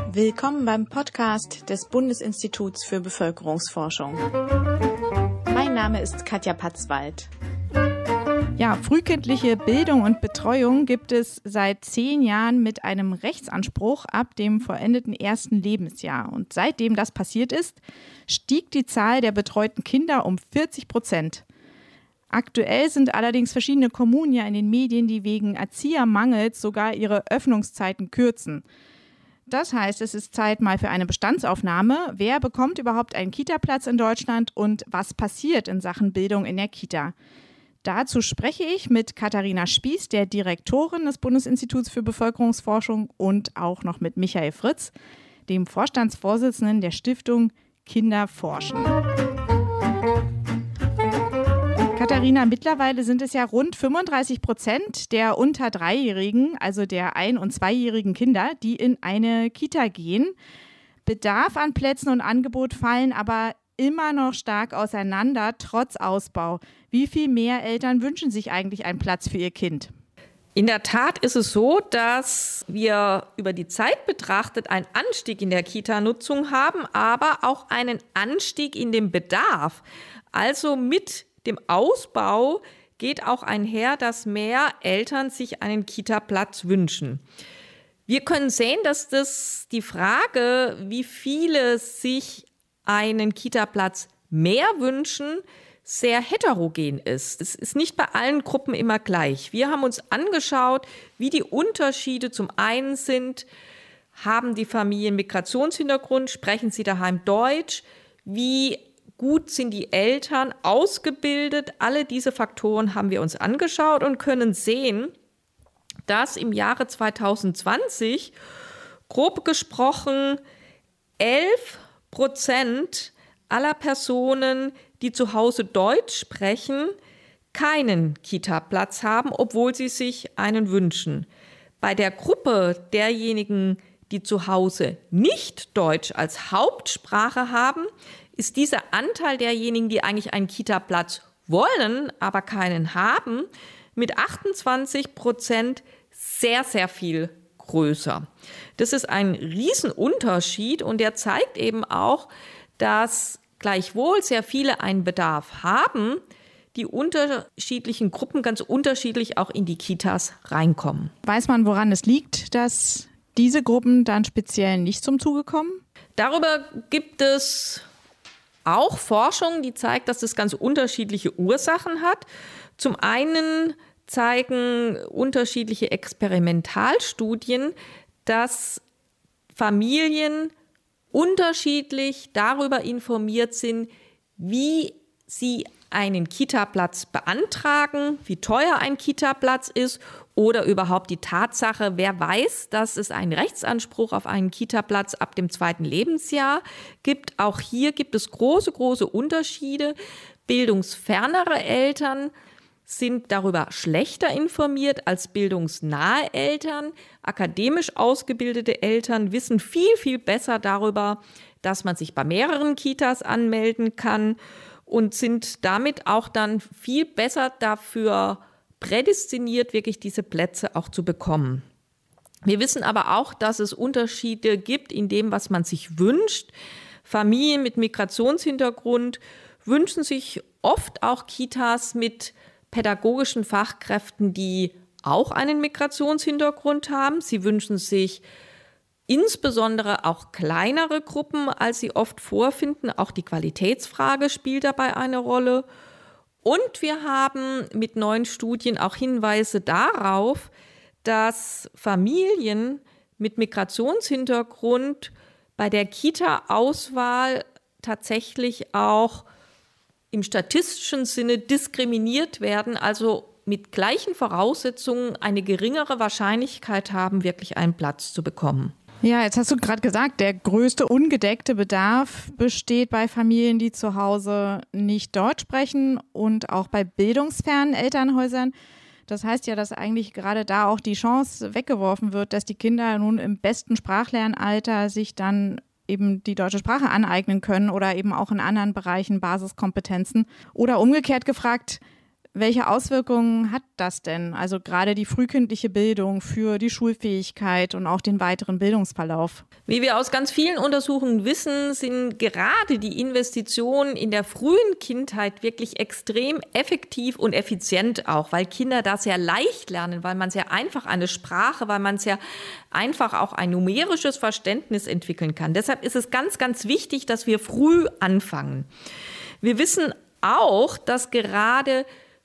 Willkommen beim Podcast des Bundesinstituts für Bevölkerungsforschung. Mein Name ist Katja Patzwald. Ja, frühkindliche Bildung und Betreuung gibt es seit 10 Jahren mit einem Rechtsanspruch ab dem vollendeten ersten Lebensjahr. Und seitdem das passiert ist, stieg die Zahl der betreuten Kinder um 40%. Aktuell sind allerdings verschiedene Kommunen ja in den Medien, die wegen Erziehermangels sogar ihre Öffnungszeiten kürzen. Das heißt, es ist Zeit mal für eine Bestandsaufnahme. Wer bekommt überhaupt einen Kita-Platz in Deutschland und was passiert in Sachen Bildung in der Kita? Dazu spreche ich mit Katharina Spieß, der Direktorin des Bundesinstituts für Bevölkerungsforschung, und auch noch mit Michael Fritz, dem Vorstandsvorsitzenden der Stiftung Kinder forschen. Katharina, mittlerweile sind es ja rund 35% der unter 3-Jährigen, also der 1- und 2-jährigen Kinder, die in eine Kita gehen. Bedarf an Plätzen und Angebot fallen aber immer noch stark auseinander, trotz Ausbau. Wie viel mehr Eltern wünschen sich eigentlich einen Platz für ihr Kind? In der Tat ist es so, dass wir über die Zeit betrachtet einen Anstieg in der Kita-Nutzung haben, aber auch einen Anstieg in dem Bedarf. Also mit dem Ausbau geht auch einher, dass mehr Eltern sich einen Kita-Platz wünschen. Wir können sehen, dass die Frage, wie viele sich einen Kita-Platz mehr wünschen, sehr heterogen ist. Es ist nicht bei allen Gruppen immer gleich. Wir haben uns angeschaut, wie die Unterschiede zum einen sind: Haben die Familien Migrationshintergrund, sprechen sie daheim Deutsch, wie gut sind die Eltern ausgebildet? Alle diese Faktoren haben wir uns angeschaut und können sehen, dass im Jahre 2020 grob gesprochen 11% aller Personen, die zu Hause Deutsch sprechen, keinen Kita-Platz haben, obwohl sie sich einen wünschen. Bei der Gruppe derjenigen, die zu Hause nicht Deutsch als Hauptsprache haben, ist dieser Anteil derjenigen, die eigentlich einen Kita-Platz wollen, aber keinen haben, mit 28% sehr, sehr viel größer. Das ist ein Riesenunterschied und der zeigt eben auch, dass gleichwohl sehr viele einen Bedarf haben, die unterschiedlichen Gruppen ganz unterschiedlich auch in die Kitas reinkommen. Weiß man, woran es liegt, dass diese Gruppen dann speziell nicht zum Zuge kommen? Darüber gibt es auch Forschung, die zeigt, dass das ganz unterschiedliche Ursachen hat. Zum einen zeigen unterschiedliche Experimentalstudien, dass Familien unterschiedlich darüber informiert sind, wie sie einen Kita-Platz beantragen, wie teuer ein Kita-Platz ist oder überhaupt die Tatsache, wer weiß, dass es einen Rechtsanspruch auf einen Kita-Platz ab dem 2. Lebensjahr gibt. Auch hier gibt es große, große Unterschiede. Bildungsfernere Eltern sind darüber schlechter informiert als bildungsnahe Eltern. Akademisch ausgebildete Eltern wissen viel, viel besser darüber, dass man sich bei mehreren Kitas anmelden kann und sind damit auch dann viel besser dafür prädestiniert, wirklich diese Plätze auch zu bekommen. Wir wissen aber auch, dass es Unterschiede gibt in dem, was man sich wünscht. Familien mit Migrationshintergrund wünschen sich oft auch Kitas mit pädagogischen Fachkräften, die auch einen Migrationshintergrund haben. Sie wünschen sich insbesondere auch kleinere Gruppen, als sie oft vorfinden. Auch die Qualitätsfrage spielt dabei eine Rolle. Und wir haben mit neuen Studien auch Hinweise darauf, dass Familien mit Migrationshintergrund bei der Kita-Auswahl tatsächlich auch im statistischen Sinne diskriminiert werden, also mit gleichen Voraussetzungen eine geringere Wahrscheinlichkeit haben, wirklich einen Platz zu bekommen. Ja, jetzt hast du gerade gesagt, der größte ungedeckte Bedarf besteht bei Familien, die zu Hause nicht Deutsch sprechen und auch bei bildungsfernen Elternhäusern. Das heißt ja, dass eigentlich gerade da auch die Chance weggeworfen wird, dass die Kinder nun im besten Sprachlernalter sich dann eben die deutsche Sprache aneignen können oder eben auch in anderen Bereichen Basiskompetenzen. Oder umgekehrt gefragt, Welche Auswirkungen hat das denn? Also gerade die frühkindliche Bildung für die Schulfähigkeit und auch den weiteren Bildungsverlauf. Wie wir aus ganz vielen Untersuchungen wissen, sind gerade die Investitionen in der frühen Kindheit wirklich extrem effektiv und effizient auch, weil Kinder da sehr leicht lernen, weil man sehr einfach eine Sprache, weil man sehr einfach auch ein numerisches Verständnis entwickeln kann. Deshalb ist es ganz, ganz wichtig, dass wir früh anfangen. Wir wissen auch, dass gerade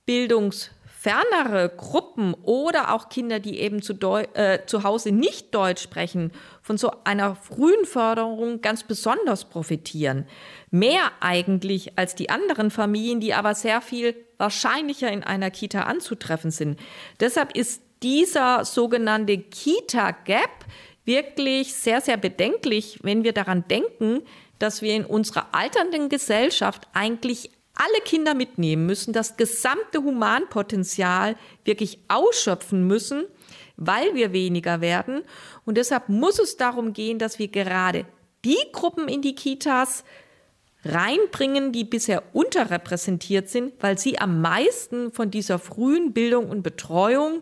bildungsfernere Gruppen oder auch Kinder, die eben zu Hause nicht Deutsch sprechen, von so einer frühen Förderung ganz besonders profitieren. Mehr eigentlich als die anderen Familien, die aber sehr viel wahrscheinlicher in einer Kita anzutreffen sind. Deshalb ist dieser sogenannte Kita-Gap wirklich sehr, sehr bedenklich, wenn wir daran denken, dass wir in unserer alternden Gesellschaft eigentlich alle Kinder mitnehmen müssen, das gesamte Humanpotenzial wirklich ausschöpfen müssen, weil wir weniger werden. Und deshalb muss es darum gehen, dass wir gerade die Gruppen in die Kitas reinbringen, die bisher unterrepräsentiert sind, weil sie am meisten von dieser frühen Bildung und Betreuung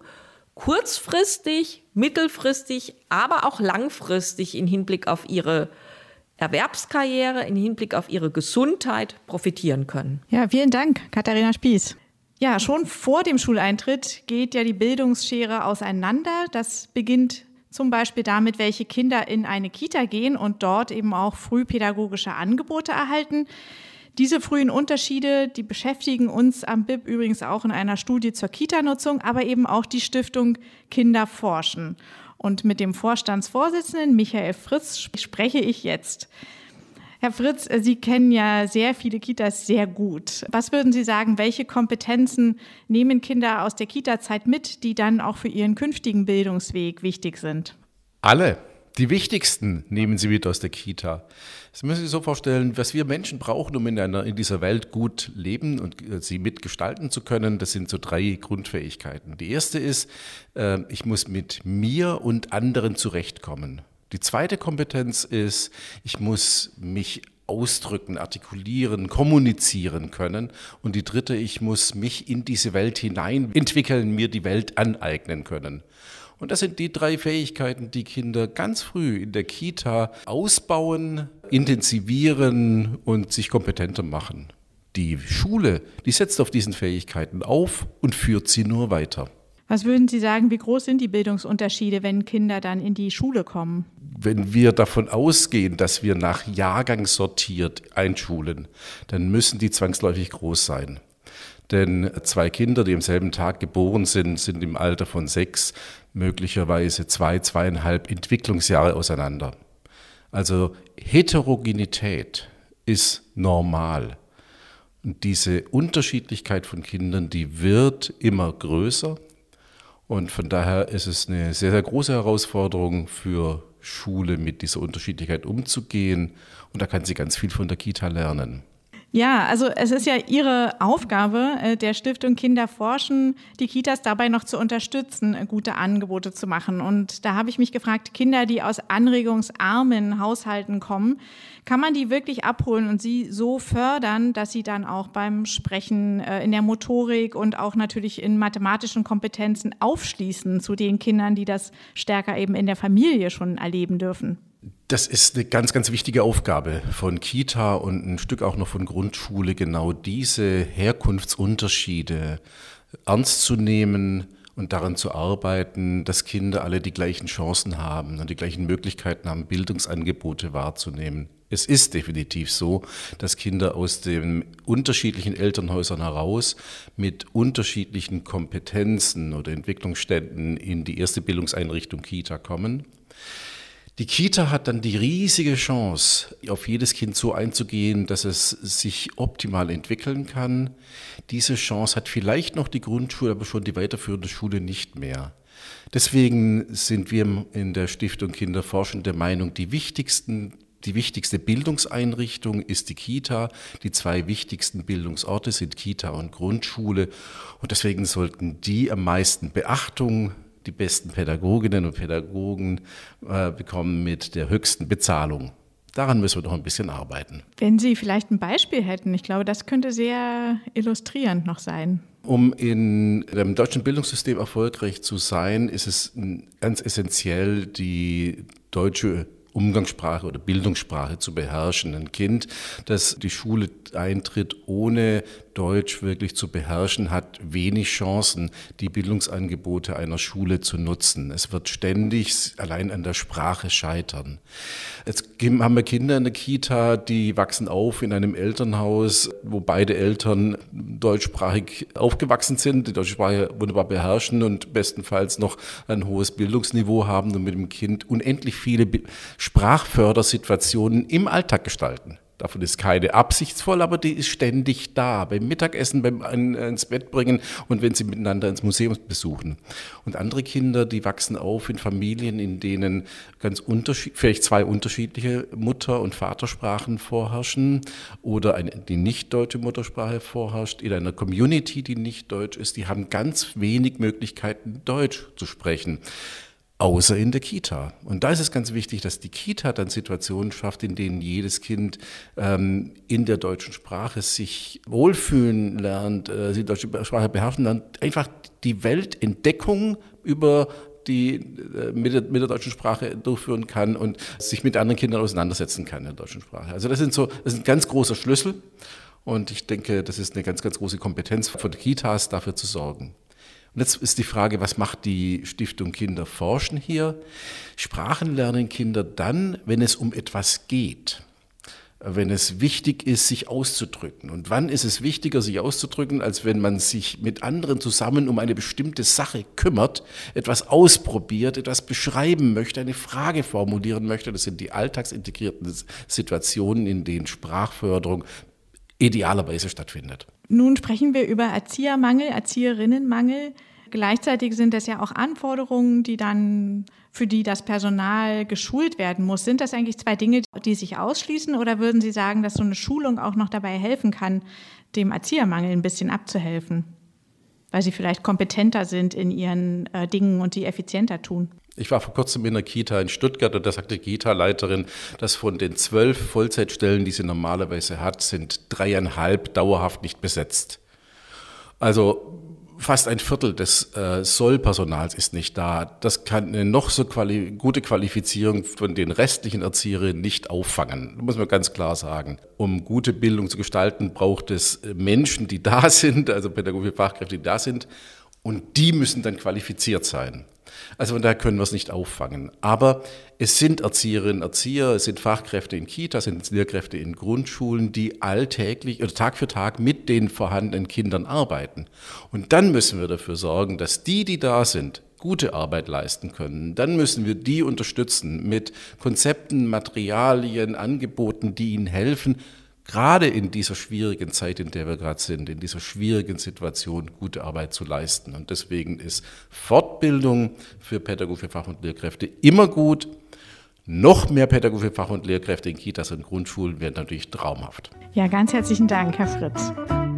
kurzfristig, mittelfristig, aber auch langfristig im Hinblick auf ihre Erwerbskarriere, im Hinblick auf ihre Gesundheit profitieren können. Ja, vielen Dank, Katharina Spieß. Ja, schon vor dem Schuleintritt geht ja die Bildungsschere auseinander. Das beginnt zum Beispiel damit, welche Kinder in eine Kita gehen und dort eben auch frühpädagogische Angebote erhalten. Diese frühen Unterschiede, die beschäftigen uns am BIP übrigens auch in einer Studie zur Kita-Nutzung, aber eben auch die Stiftung Kinder forschen. Und mit dem Vorstandsvorsitzenden Michael Fritz spreche ich jetzt. Herr Fritz, Sie kennen ja sehr viele Kitas sehr gut. Was würden Sie sagen, welche Kompetenzen nehmen Kinder aus der Kita-Zeit mit, die dann auch für ihren künftigen Bildungsweg wichtig sind? Alle. Die wichtigsten nehmen Sie mit aus der Kita. Das müssen Sie sich so vorstellen, was wir Menschen brauchen, um in dieser Welt gut leben und sie mitgestalten zu können. Das sind so 3 Grundfähigkeiten. Die erste ist, ich muss mit mir und anderen zurechtkommen. Die zweite Kompetenz ist, ich muss mich ausdrücken, artikulieren, kommunizieren können. Und die dritte, ich muss mich in diese Welt hinein entwickeln, mir die Welt aneignen können. Und das sind die 3 Fähigkeiten, die Kinder ganz früh in der Kita ausbauen, intensivieren und sich kompetenter machen. Die Schule, die setzt auf diesen Fähigkeiten auf und führt sie nur weiter. Was würden Sie sagen, wie groß sind die Bildungsunterschiede, wenn Kinder dann in die Schule kommen? Wenn wir davon ausgehen, dass wir nach Jahrgang sortiert einschulen, dann müssen die zwangsläufig groß sein. Denn 2 Kinder, die am selben Tag geboren sind, sind im Alter von 6 möglicherweise 2,5 Entwicklungsjahre auseinander. Also Heterogenität ist normal. Und diese Unterschiedlichkeit von Kindern, die wird immer größer. Und von daher ist es eine sehr, sehr große Herausforderung für Schule, mit dieser Unterschiedlichkeit umzugehen. Und da kann sie ganz viel von der Kita lernen. Ja, also es ist ja Ihre Aufgabe der Stiftung Kinder forschen, die Kitas dabei noch zu unterstützen, gute Angebote zu machen. Und da habe ich mich gefragt, Kinder, die aus anregungsarmen Haushalten kommen, kann man die wirklich abholen und sie so fördern, dass sie dann auch beim Sprechen, in der Motorik und auch natürlich in mathematischen Kompetenzen aufschließen zu den Kindern, die das stärker eben in der Familie schon erleben dürfen? Das ist eine ganz, ganz wichtige Aufgabe von Kita und ein Stück auch noch von Grundschule, genau diese Herkunftsunterschiede ernst zu nehmen und daran zu arbeiten, dass Kinder alle die gleichen Chancen haben und die gleichen Möglichkeiten haben, Bildungsangebote wahrzunehmen. Es ist definitiv so, dass Kinder aus den unterschiedlichen Elternhäusern heraus mit unterschiedlichen Kompetenzen oder Entwicklungsständen in die erste Bildungseinrichtung Kita kommen. Die Kita hat dann die riesige Chance, auf jedes Kind so einzugehen, dass es sich optimal entwickeln kann. Diese Chance hat vielleicht noch die Grundschule, aber schon die weiterführende Schule nicht mehr. Deswegen sind wir in der Stiftung Kinder forschen der Meinung, die wichtigste Bildungseinrichtung ist die Kita. Die 2 wichtigsten Bildungsorte sind Kita und Grundschule. Und deswegen sollten die am meisten Beachtung, die besten Pädagoginnen und Pädagogen bekommen mit der höchsten Bezahlung. Daran müssen wir noch ein bisschen arbeiten. Wenn Sie vielleicht ein Beispiel hätten, ich glaube, das könnte sehr illustrierend noch sein. Um in dem deutschen Bildungssystem erfolgreich zu sein, ist es ganz essentiell, die deutsche Umgangssprache oder Bildungssprache zu beherrschen. Ein Kind, das die Schule eintritt, ohne Deutsch wirklich zu beherrschen, hat wenig Chancen, die Bildungsangebote einer Schule zu nutzen. Es wird ständig allein an der Sprache scheitern. Jetzt haben wir Kinder in der Kita, die wachsen auf in einem Elternhaus, wo beide Eltern deutschsprachig aufgewachsen sind, die deutsche Sprache wunderbar beherrschen und bestenfalls noch ein hohes Bildungsniveau haben und mit dem Kind unendlich viele Sprachfördersituationen im Alltag gestalten. Davon ist keine absichtsvoll, aber die ist ständig da. Beim Mittagessen, beim ins Bett bringen und wenn sie miteinander ins Museum besuchen. Und andere Kinder, die wachsen auf in Familien, in denen vielleicht zwei unterschiedliche Mutter- und Vatersprachen vorherrschen oder die nicht deutsche Muttersprache vorherrscht, in einer Community, die nicht deutsch ist. Die haben ganz wenig Möglichkeiten, Deutsch zu sprechen. Außer in der Kita. Und da ist es ganz wichtig, dass die Kita dann Situationen schafft, in denen jedes Kind in der deutschen Sprache sich wohlfühlen lernt, die deutsche Sprache beherrschen lernt, einfach die Weltentdeckung über mit der deutschen Sprache durchführen kann und sich mit anderen Kindern auseinandersetzen kann in der deutschen Sprache. Also das ist ein ganz großer Schlüssel und ich denke, das ist eine ganz, ganz große Kompetenz von Kitas, dafür zu sorgen. Und jetzt ist die Frage, was macht die Stiftung Kinder forschen hier? Sprachen lernen Kinder dann, wenn es um etwas geht, wenn es wichtig ist, sich auszudrücken. Und wann ist es wichtiger, sich auszudrücken, als wenn man sich mit anderen zusammen um eine bestimmte Sache kümmert, etwas ausprobiert, etwas beschreiben möchte, eine Frage formulieren möchte. Das sind die alltagsintegrierten Situationen, in denen Sprachförderung idealerweise stattfindet. Nun sprechen wir über Erziehermangel, Erzieherinnenmangel. Gleichzeitig sind das ja auch Anforderungen, für die das Personal geschult werden muss. Sind das eigentlich zwei Dinge, die sich ausschließen, oder würden Sie sagen, dass so eine Schulung auch noch dabei helfen kann, dem Erziehermangel ein bisschen abzuhelfen, weil sie vielleicht kompetenter sind in ihren Dingen und die effizienter tun? Ich war vor kurzem in einer Kita in Stuttgart und da sagte die Kita-Leiterin, dass von den 12 Vollzeitstellen, die sie normalerweise hat, sind 3,5 dauerhaft nicht besetzt. Also fast ein Viertel des Sollpersonals ist nicht da. Das kann eine noch so gute Qualifizierung von den restlichen Erzieherinnen nicht auffangen. Das muss man ganz klar sagen. Um gute Bildung zu gestalten, braucht es Menschen, die da sind, also pädagogische Fachkräfte, die da sind, und die müssen dann qualifiziert sein. Also von daher können wir es nicht auffangen. Aber es sind Erzieherinnen, Erzieher, es sind Fachkräfte in Kitas, es sind Lehrkräfte in Grundschulen, die alltäglich oder Tag für Tag mit den vorhandenen Kindern arbeiten. Und dann müssen wir dafür sorgen, dass die da sind, gute Arbeit leisten können. Dann müssen wir die unterstützen mit Konzepten, Materialien, Angeboten, die ihnen helfen, gerade in dieser schwierigen Zeit, in der wir gerade sind, in dieser schwierigen Situation gute Arbeit zu leisten. Und deswegen ist Fortbildung für pädagogische Fach- und Lehrkräfte immer gut. Noch mehr pädagogische Fach- und Lehrkräfte in Kitas und Grundschulen wären natürlich traumhaft. Ja, ganz herzlichen Dank, Herr Fritz.